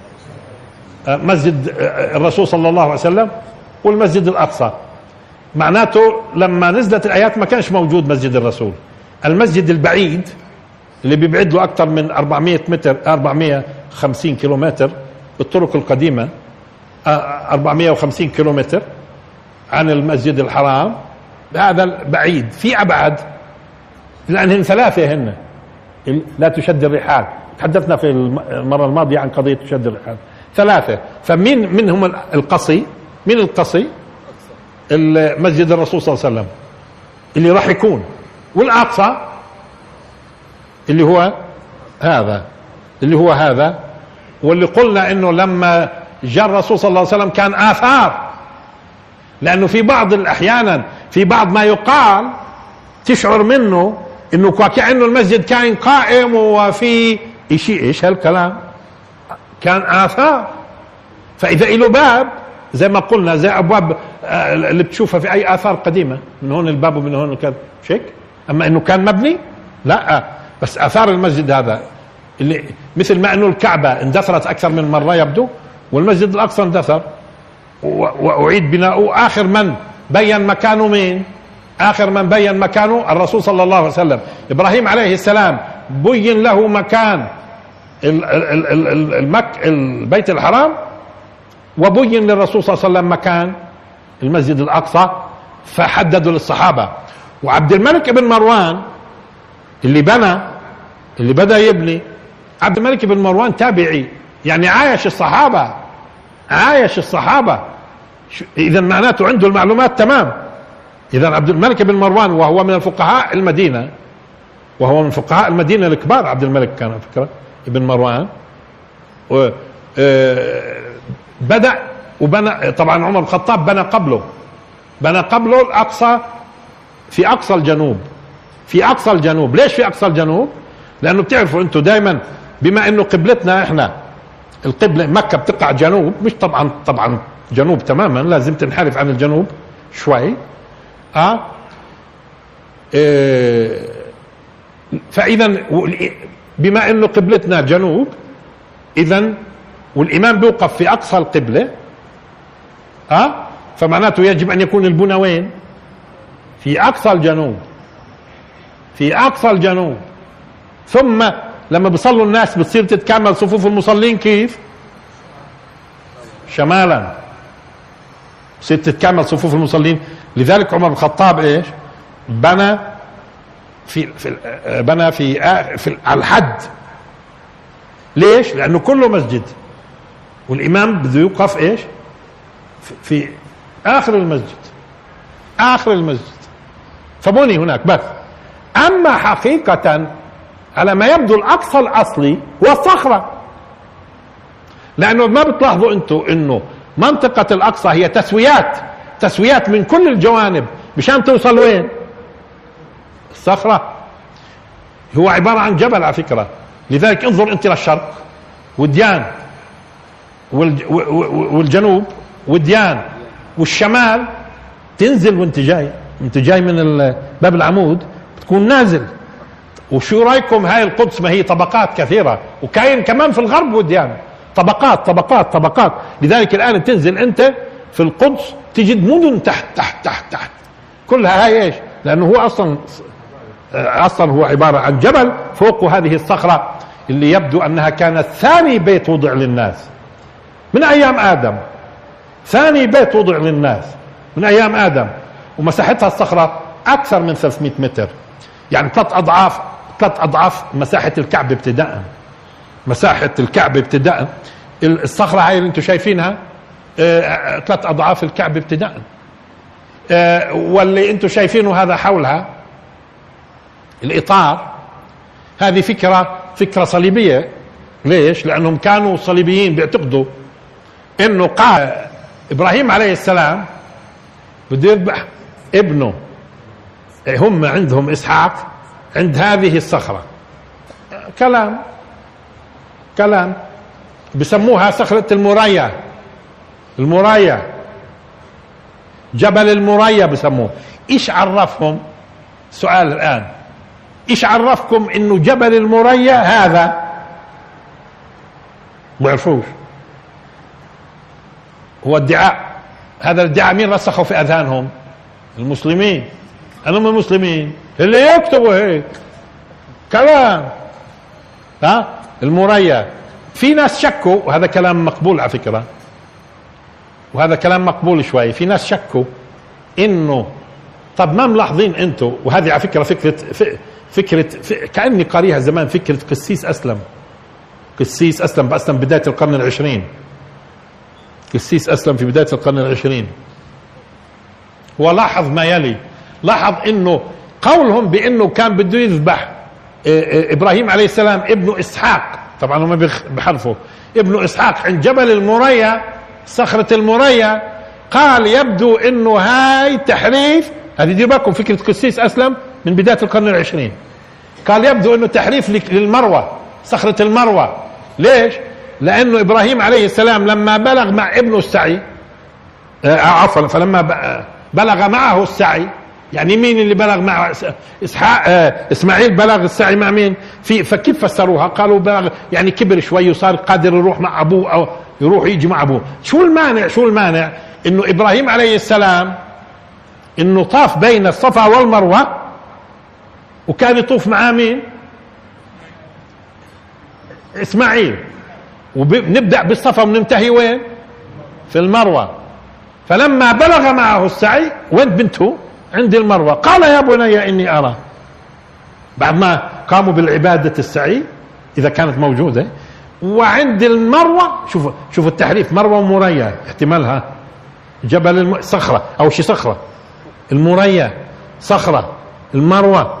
مسجد الرسول صلى الله عليه وسلم، والمسجد الاقصى. معناته لما نزلت الايات ما كانش موجود مسجد الرسول. المسجد البعيد اللي بيبعد له اكثر من 400 متر، 450 كيلومتر بالطرق القديمة، 450 كيلومتر عن المسجد الحرام، هذا بعيد. في ابعد، لانهن 3 هن لا تشد الرحال. تحدثنا في المرة الماضية عن قضية تشد الرحال. 3. فمين منهم القصي؟ من القصي؟ المسجد الرسول صلى الله عليه وسلم اللي راح يكون، والأقصى اللي هو هذا، واللي قلنا انه لما جاء الرسول صلى الله عليه وسلم كان آثار، لانه في بعض الاحيانا في بعض ما يقال تشعر منه انه كأنه المسجد كان قائم وفي شيء. ايش هالكلام؟ كان آثار. فاذا له باب زي ما قلنا، زي ابواب اللي بتشوفها في اي آثار قديمة، من هون الباب ومن هون كذا شيك. اما انه كان مبني لا، بس آثار المسجد هذا اللي مثل ما انه الكعبة اندثرت اكثر من مرة يبدو، والمسجد الاقصى اندثر واعيد بناؤه. اخر من بين مكانه مين؟ اخر من بين مكانه الرسول صلى الله عليه وسلم. ابراهيم عليه السلام بين له مكان البيت الحرام، وبين للرسول صلى الله عليه وسلم مكان المسجد الاقصى، فحددوا للصحابة. وعبد الملك بن مروان اللي بدأ يبني، عبد الملك بن مروان تابعي، يعني عايش الصحابة. اذا معناته عنده المعلومات تمام. اذا عبد الملك بن مروان وهو من فقهاء المدينة الكبار، عبد الملك كان فكرة ابن مروان، بدأ وبنى. طبعا عمر بن الخطاب بنى قبله الأقصى، في أقصى الجنوب. ليش في أقصى الجنوب؟ لأنه بتعرفوا أنتم دائما بما أنه قبلتنا إحنا القبلة مكة بتقع جنوب، مش طبعا جنوب تماما، لازم تنحرف عن الجنوب شوي. فإذا بما أنه قبلتنا جنوب، إذن والإمام بيوقف في أقصى القبلة، فمعناته يجب أن يكون البنى وين؟ في أقصى الجنوب. ثم لما بيصلوا الناس بتصير تتكامل صفوف المصلين كيف؟ شمالا، بتصير تتكامل صفوف المصلين. لذلك عمر بن الخطاب ايش؟ بنى على الحد. ليش؟ لأنه كله مسجد، والإمام بده يوقف ايش؟ في آخر المسجد، فبني هناك بس. أما حقيقة على ما يبدو الأقصى الأصلي هو الصخرة، لأنه ما بتلاحظوا أنتوا أنه منطقة الأقصى هي تسويات من كل الجوانب مشان توصل وين؟ الصخرة. هو عبارة عن جبل على فكرة. لذلك انظر أنت للشرق وديان، والجنوب وديان، والشمال تنزل وانت جاي من باب العمود بتكون نازل. وشو رايكم هاي القدس؟ ما هي طبقات كثيرة، وكاين كمان في الغرب وديان، طبقات. لذلك الآن تنزل أنت في القدس تجد مدن تحت كلها. هاي ايش؟ لأنه هو أصلا هو عبارة عن جبل فوق هذه الصخرة اللي يبدو أنها كانت ثاني بيت وضع للناس من أيام آدم. ثاني بيت وضع للناس من أيام آدم، ومساحتها الصخرة أكثر من 300 متر، يعني 3 أضعاف مساحة الكعبة ابتداء. الصخرة هاي اللي انتم شايفينها 3 أضعاف الكعبة ابتداء. واللي انتم شايفينه هذا حولها الإطار، هذه فكرة صليبية ليش؟ لأنهم كانوا صليبيين بيعتقدوا إنه قال إبراهيم عليه السلام بده يذبح ابنه، هم عندهم إسحاق عند هذه الصخرة. كلام بسموها صخرة الموريا، جبل الموريا بسموه. ايش عرفهم؟ سؤال الآن، ايش عرفكم انه جبل الموريا هذا؟ ما يعرفوش. هو ادعاء، هذا الادعاء مين رسخوا في اذهانهم؟ المسلمين. هم المسلمين اللي يكتبوا هيك كلام. الموريا. في ناس شكوا، وهذا كلام مقبول على فكرة، وهذا كلام مقبول شوي. في ناس شكوا انه، طب ما ملاحظين انتم، وهذه على فكرة فكرة كأني قاريها زمان، فكرة قسيس أسلم بأسلم بداية القرن العشرين. قسيس أسلم في بداية القرن العشرين، ولاحظ ما يلي. لاحظ انه قولهم بانه كان بده يذبح ابراهيم عليه السلام ابنه اسحاق، طبعا هم بحرفوا ابنه اسحاق عند جبل الموريا، صخرة الموريا. قال يبدو انه هاي تحريف، هذه دير بالكم فكرة قسيس أسلم من بداية القرن العشرين. قال يبدو انه تحريف للمروة، صخرة المروة. ليش؟ لانه ابراهيم عليه السلام لما بلغ مع ابنه السعي، عفوا، فلما بلغ معه السعي، يعني مين اللي بلغ مع اسماعيل بلغ السعي مع مين؟ فكيف فسروها؟ قالوا بلغ يعني كبر شوي وصار قادر يروح مع ابوه او يروح يجي مع ابوه. شو المانع انه ابراهيم عليه السلام انه طاف بين الصفا والمروه، وكان يطوف معاه مين؟ اسماعيل. ونبدأ بالصفا وننتهي وين؟ في المروة. فلما بلغ معه السعي، وين بنته؟ عند المروة. قال يا بني إني أرى، بعد ما قاموا بالعبادة السعي إذا كانت موجودة، وعند المروة شوفوا التحريف. مروة وموريا احتمالها جبل صخرة أو شي صخرة، الموريا صخرة، المروة.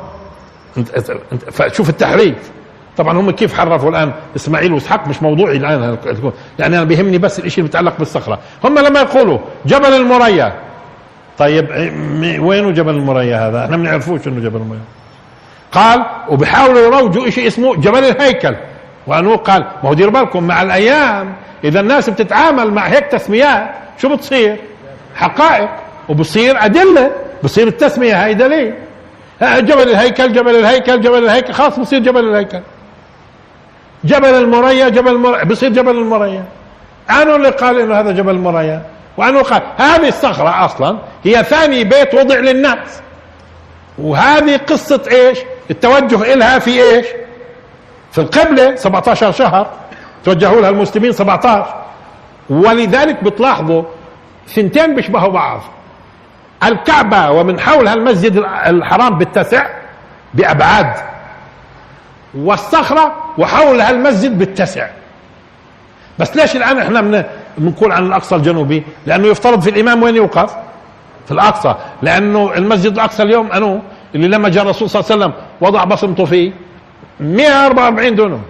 فشوف التحريف. طبعا هم كيف حرفوا الآن إسماعيل وإسحاق مش موضوعي الآن، يعني أنا بيهمني بس الإشي اللي بيتعلق بالصخرة. هم لما يقولوا جبل الموريا، طيب وينه جبل الموريا هذا؟ احنا ما بنعرفوش انه جبل الموريا. قال وبيحاولوا يروجوا شيء اسمه جبل الهيكل، وانه قال ما هو دير بالكم مع الايام اذا الناس بتتعامل مع هيك تسميات شو بتصير؟ حقائق، وبصير ادله، بصير التسميه هاي دليل. جبل الهيكل جبل الهيكل جبل الهيكل، خلاص بصير جبل الهيكل. جبل الموريا بصير جبل الموريا. أنا اللي قال انه هذا جبل الموريا، وأنه قال هذه الصخرة أصلا هي ثاني بيت وضع للناس، وهذه قصة إيش؟ التوجه إلها في إيش؟ في القبلة. 17 شهر توجهوا لها المسلمين 17. ولذلك بتلاحظوا ثنتين بيشبهوا بعض، الكعبة ومن حولها المسجد الحرام بالتسع بأبعاد، والصخرة وحولها المسجد بالتسع. بس ليش الآن احنا بنقول عن الأقصى الجنوبي؟ لأنه يفترض في الإمام وين يوقف؟ في الأقصى، لأنه المسجد الأقصى اليوم أنه اللي لما جاء الرسول صلى الله عليه وسلم وضع بصمته فيه 144 دونم،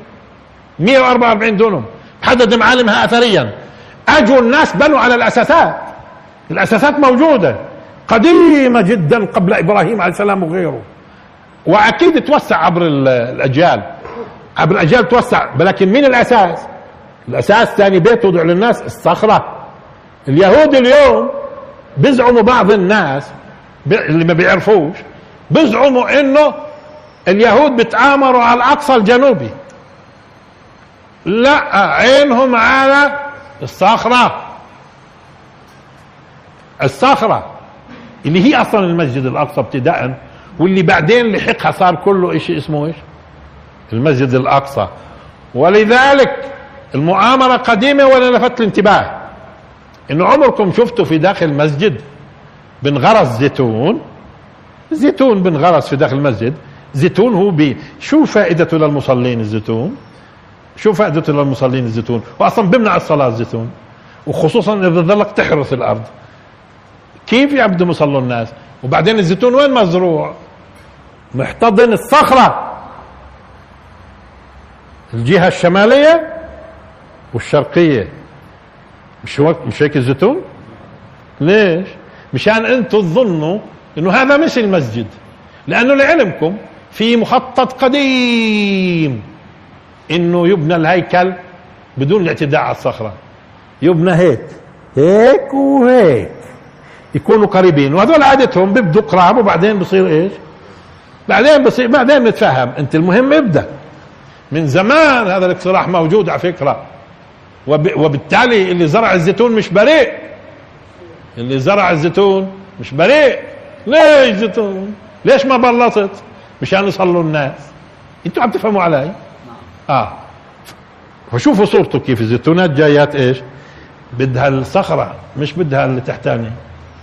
144 دونم حدد معالمها أثريا. أجوا الناس بنوا على الأساسات، الأساسات موجودة قديمة جدا قبل إبراهيم عليه السلام وغيره، وأكيد توسع عبر الأجيال، عبر الأجيال توسع. ولكن من الأساس؟ الأساس ثاني بيت وضع للناس الصخرة. اليهود اليوم بيزعموا بعض الناس اللي ما بيعرفوش، بيزعموا انه اليهود بتآمروا على الأقصى الجنوبي. لا، عينهم على الصخرة، الصخرة اللي هي اصلا المسجد الأقصى ابتداء، واللي بعدين لحقها صار كله شيء اسمه ايش؟ المسجد الأقصى. ولذلك المؤامرة قديمة، ولا لفت الانتباه انه عمركم شفتوا في داخل المسجد بنغرس زيتون بنغرس في داخل المسجد؟ زيتون هو شو فائدته للمصلين الزيتون؟ شو فائدته للمصلين الزيتون؟ واصلا بمنع الصلاة الزيتون، وخصوصا اذا ظلك تحرث الارض. كيف يعبدوا مصلوا الناس؟ وبعدين الزيتون وين مزروع؟ محتضن الصخرة. الجهة الشمالية والشرقية. مش هيك الزيتون؟ ليش؟ مشان انتم تظنوا انه هذا مش المسجد، لانه لعلمكم في مخطط قديم انه يبنى الهيكل بدون الاعتداء على الصخرة، يبنى هيك وهيك يكونوا قريبين، وهذول عادتهم بيبدوا قراب وبعدين بصير ايش؟ بعدين نتفاهم. انت المهم ابدا. من زمان هذا الاقتراح موجود على فكرة، وبالتالي اللي زرع الزيتون مش بريء. اللي زرع الزيتون مش بريء. ليش زيتون؟ ليش ما بلطت؟ مشان يصلوا الناس. انتوا عم تفهموا علي؟ فشوفوا صورته كيف الزيتونات جايات ايش؟ بدها الصخرة مش بدها اللي تحتاني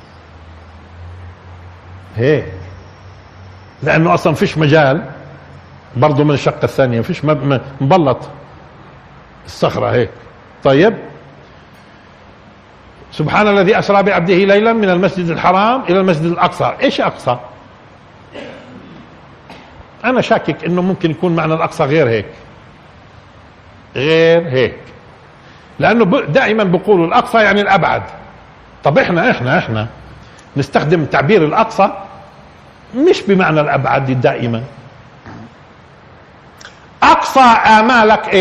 هيك، لانه اصلا فيش مجال برضو من الشقة الثانية، فيش مبلط الصخرة هيك. طيب، سبحان الذي أسرى بعبده ليلا من المسجد الحرام إلى المسجد الأقصى. إيش أقصى؟ أنا شاكك إنه ممكن يكون معنى الأقصى غير هيك، لأنه دائما بيقولوا الأقصى يعني الأبعد. طب إحنا نستخدم تعبير الأقصى مش بمعنى الأبعد دائما. أقصى آمالك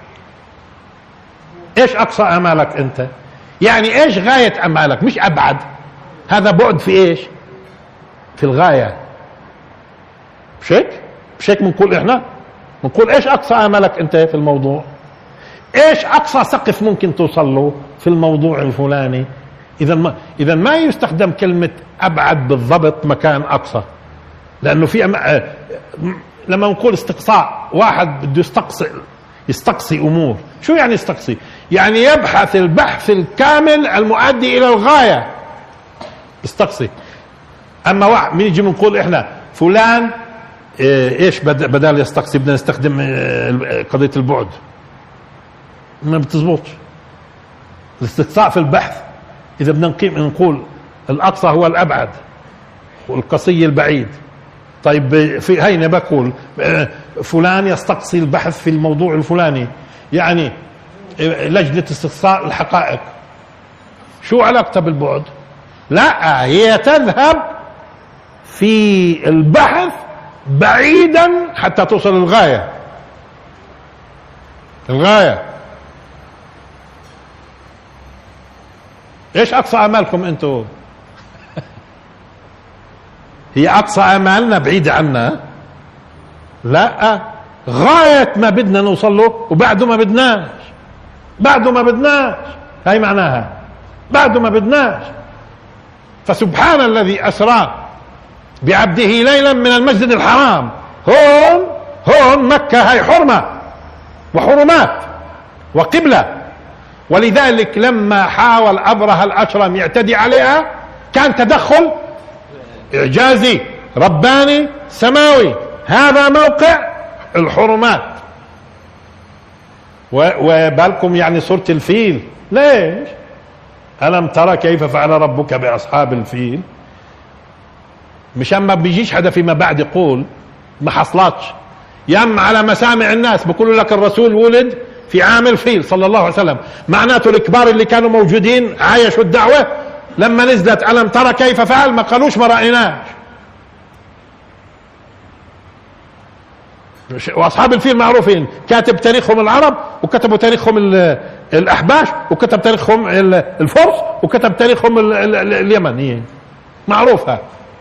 إيش أقصى آمالك أنت؟ يعني إيش غاية آمالك؟ مش أبعد، هذا بعد في إيش؟ في الغاية. مش هيك بنقول إحنا؟ بنقول إيش أقصى آمالك أنت في الموضوع؟ إيش أقصى سقف ممكن توصل له في الموضوع الفلاني؟ إذا ما يستخدم كلمة أبعد بالضبط مكان أقصى، لأنه في لما نقول استقصاء، واحد بده يستقصي أمور. شو يعني يستقصي؟ يعني يبحث البحث الكامل المؤدي إلى الغاية، يستقصي. أما واحد من يجي بنقول إحنا فلان إيش بدال يستقصي بدنا نستخدم قضية البعد، ما بتزبطش. الاستقصاء في البحث إذا بدنا نقول الأقصى هو الأبعد والقصي البعيد. طيب في هينا بقول فلان يستقصي البحث في الموضوع الفلاني، يعني لجنة استقصاء الحقائق. شو علاقتها بالبعد؟ لا، هي تذهب في البحث بعيدا حتى توصل الغاية. ايش اقصى امالكم انتم؟ هي اقصى امالنا بعيدة عنا؟ لا، غاية ما بدنا نوصل له وبعده ما بدناش. هاي معناها بعده ما بدناش. فسبحان الذي أسرى بعبده ليلا من المسجد الحرام. هون مكة هاي حرمة وحرمات وقبلة، ولذلك لما حاول أبرهة الأشرم يعتدي عليها كان تدخل إعجازي رباني سماوي. هذا موقع الحرمات. وبالكم يعني سورة الفيل، ليش؟ ألم ترى كيف فعل ربك بأصحاب الفيل؟ مشان ما بيجيش حدا فيما بعد يقول ما حصلتش. على مسامع الناس بيقولوا لك الرسول ولد في عام الفيل صلى الله عليه وسلم، معناته الكبار اللي كانوا موجودين عايشوا الدعوة لما نزلت ألم ترى كيف فعل ما قالوش ما رأيناش. واصحاب الفيل معروفين، كاتب تاريخهم العرب، وكتبوا تاريخهم الاحباش، وكتب تاريخهم الفرس، وكتب تاريخهم اليمنيين، معروفة.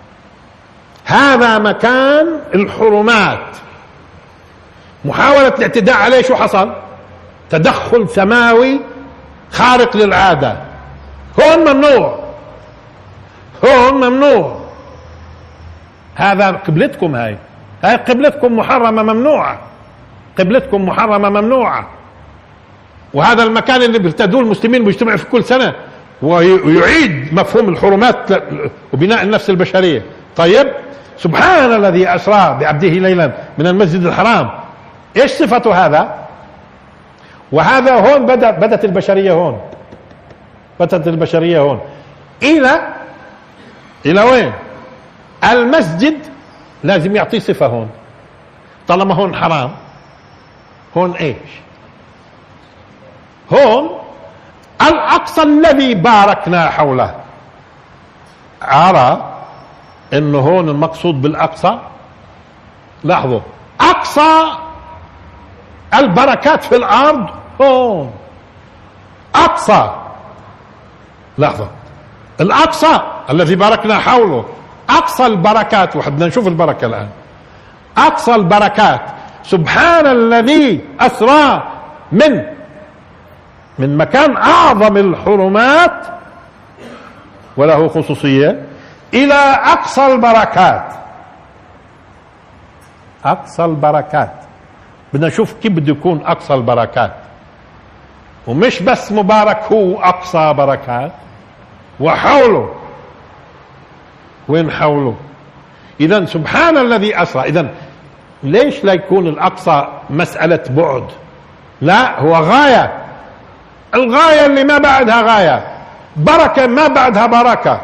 هذا مكان الحرمات. محاولة الاعتداء عليه شو حصل؟ تدخل سماوي خارق للعادة. هون ممنوع. هذا قبلتكم، هاي قبلتكم محرمة ممنوعة. وهذا المكان اللي بيرتدوه المسلمين بيجتمعوا في كل سنة ويعيد مفهوم الحرمات وبناء النفس البشرية. طيب، سبحان الذي أسرى بعبده ليلا من المسجد الحرام. ايش صفته هذا؟ وهذا هون بدت البشرية هون إلى وين؟ المسجد لازم يعطي صفة هون. طالما هون حرام هون ايش؟ هون الأقصى الذي باركنا حوله. أرى إنه هون المقصود بالأقصى، لاحظوا، أقصى البركات في الأرض هون، أقصى، لاحظوا، الأقصى الذي باركنا حوله، أقصى البركات، وحدنا نشوف البركة الآن، أقصى البركات. سبحان الذي أسرى من مكان أعظم الحرمات وله خصوصية إلى أقصى البركات. أقصى البركات بدنا نشوف كيف بده يكون أقصى البركات، ومش بس مبارك هو أقصى بركات، وحوله. وين حوله؟ إذن سبحان الذي أسرى. إذن ليش لا يكون الأقصى مسألة بعد؟ لا، هو غاية، الغاية اللي ما بعدها غاية، بركة ما بعدها بركة.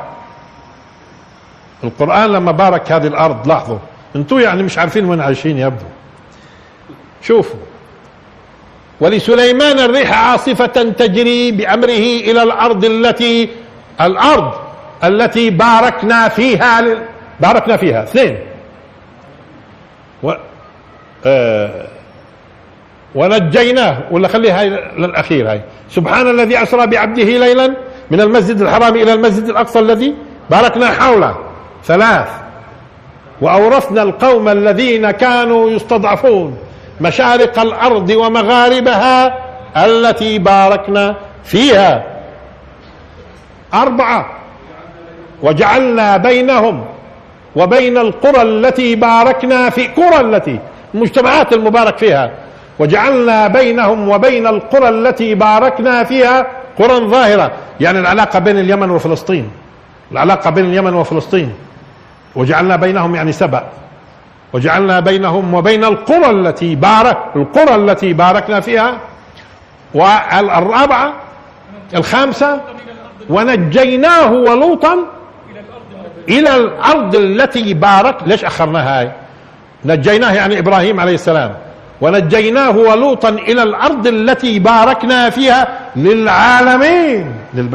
القرآن لما بارك هذه الأرض، لاحظوا انتوا يعني مش عارفين وين عايشين يبدو. شوفوا، ولسليمان الريح عاصفة تجري بأمره إلى الأرض التي باركنا فيها باركنا فيها اثنين، ونجيناه، ولا خليها هاي للأخير. هاي سبحان الذي أسرى بعبده ليلا من المسجد الحرام إلى المسجد الأقصى الذي باركنا حوله، ثلاث. وأورثنا القوم الذين كانوا يستضعفون مشارق الأرض ومغاربها التي باركنا فيها، أربعة. وجعلنا بينهم وبين القرى التي باركنا في قرى التي المجتمعات المبارك فيها، وجعلنا بينهم وبين القرى التي باركنا فيها قرى ظاهرة، يعني العلاقة بين اليمن وفلسطين، العلاقة بين اليمن وفلسطين. وجعلنا بينهم يعني سبأ، وجعلنا بينهم وبين القرى التي باركنا فيها. والرابعة الخامسة، ونجيناه ولوطا إلى الأرض التي بارك. ليش أخرناها هاي؟ نجيناه يعني إبراهيم عليه السلام، ونجيناه ولوطا إلى الأرض التي باركنا فيها للعالمين،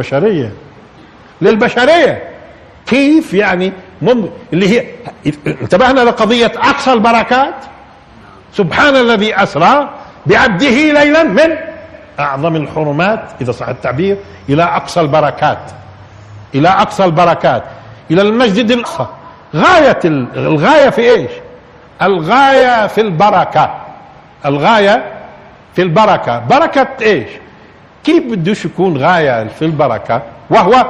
للبشرية. كيف يعني؟ اللي هي انتبهنا لقضية أقصى البركات. سبحان الذي أسرى بعبده ليلا من أعظم الحرمات إذا صح التعبير إلى أقصى البركات، إلى المسجد الأقصى. الغاية في إيش؟ الغاية في البركة. بركة إيش؟ كيف بدوش يكون غاية في البركة؟ وهو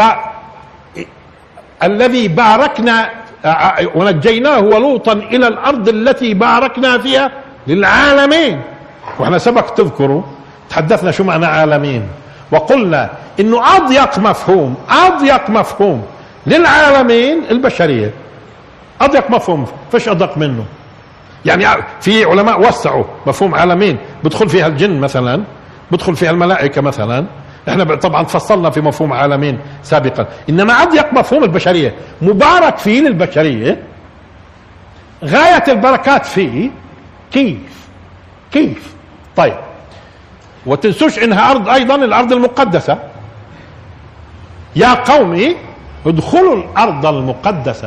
الذي باركنا ونجيناه ولوطا إلى الأرض التي باركنا فيها للعالمين. وإحنا سبق تذكروا تحدثنا شو معنى عالمين، وقلنا إنه أضيق مفهوم للعالمين البشرية، أضيق مفهوم، فيش أضيق منه. يعني في علماء وسعوا مفهوم عالمين، بدخل فيها الجن مثلا، بدخل فيها الملائكة مثلا. احنا طبعا فصلنا في مفهوم عالمين سابقا، انما اضيق مفهوم البشرية، مبارك فيه للبشرية، غاية البركات فيه. كيف؟ طيب، وتنسوش انها ارض، ايضا الارض المقدسة. يا قومي ادخلوا الارض المقدسة.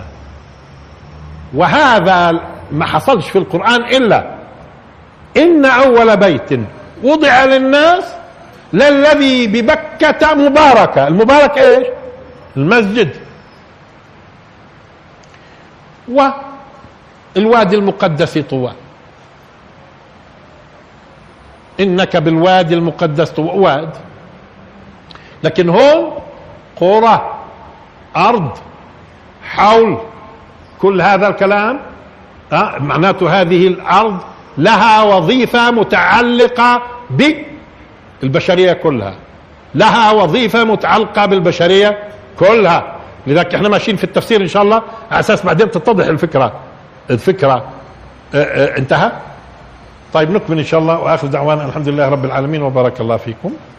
وهذا ما حصلش في القرآن الا ان اول بيت وضع للناس للذي ببكة مباركة. المبارك ايش؟ المسجد. والوادي المقدس طوى، انك بالوادي المقدس طوى، واد. لكن هون قرى، ارض، حول، كل هذا الكلام معناته هذه الارض لها وظيفة متعلقة بالبشرية كلها، لها وظيفة متعلقة بالبشرية كلها. لذلك احنا ماشيين في التفسير ان شاء الله على اساس بعدين تتضح الفكرة. انتهى. طيب نكمل ان شاء الله، واخر دعوانا الحمد لله رب العالمين، وبارك الله فيكم.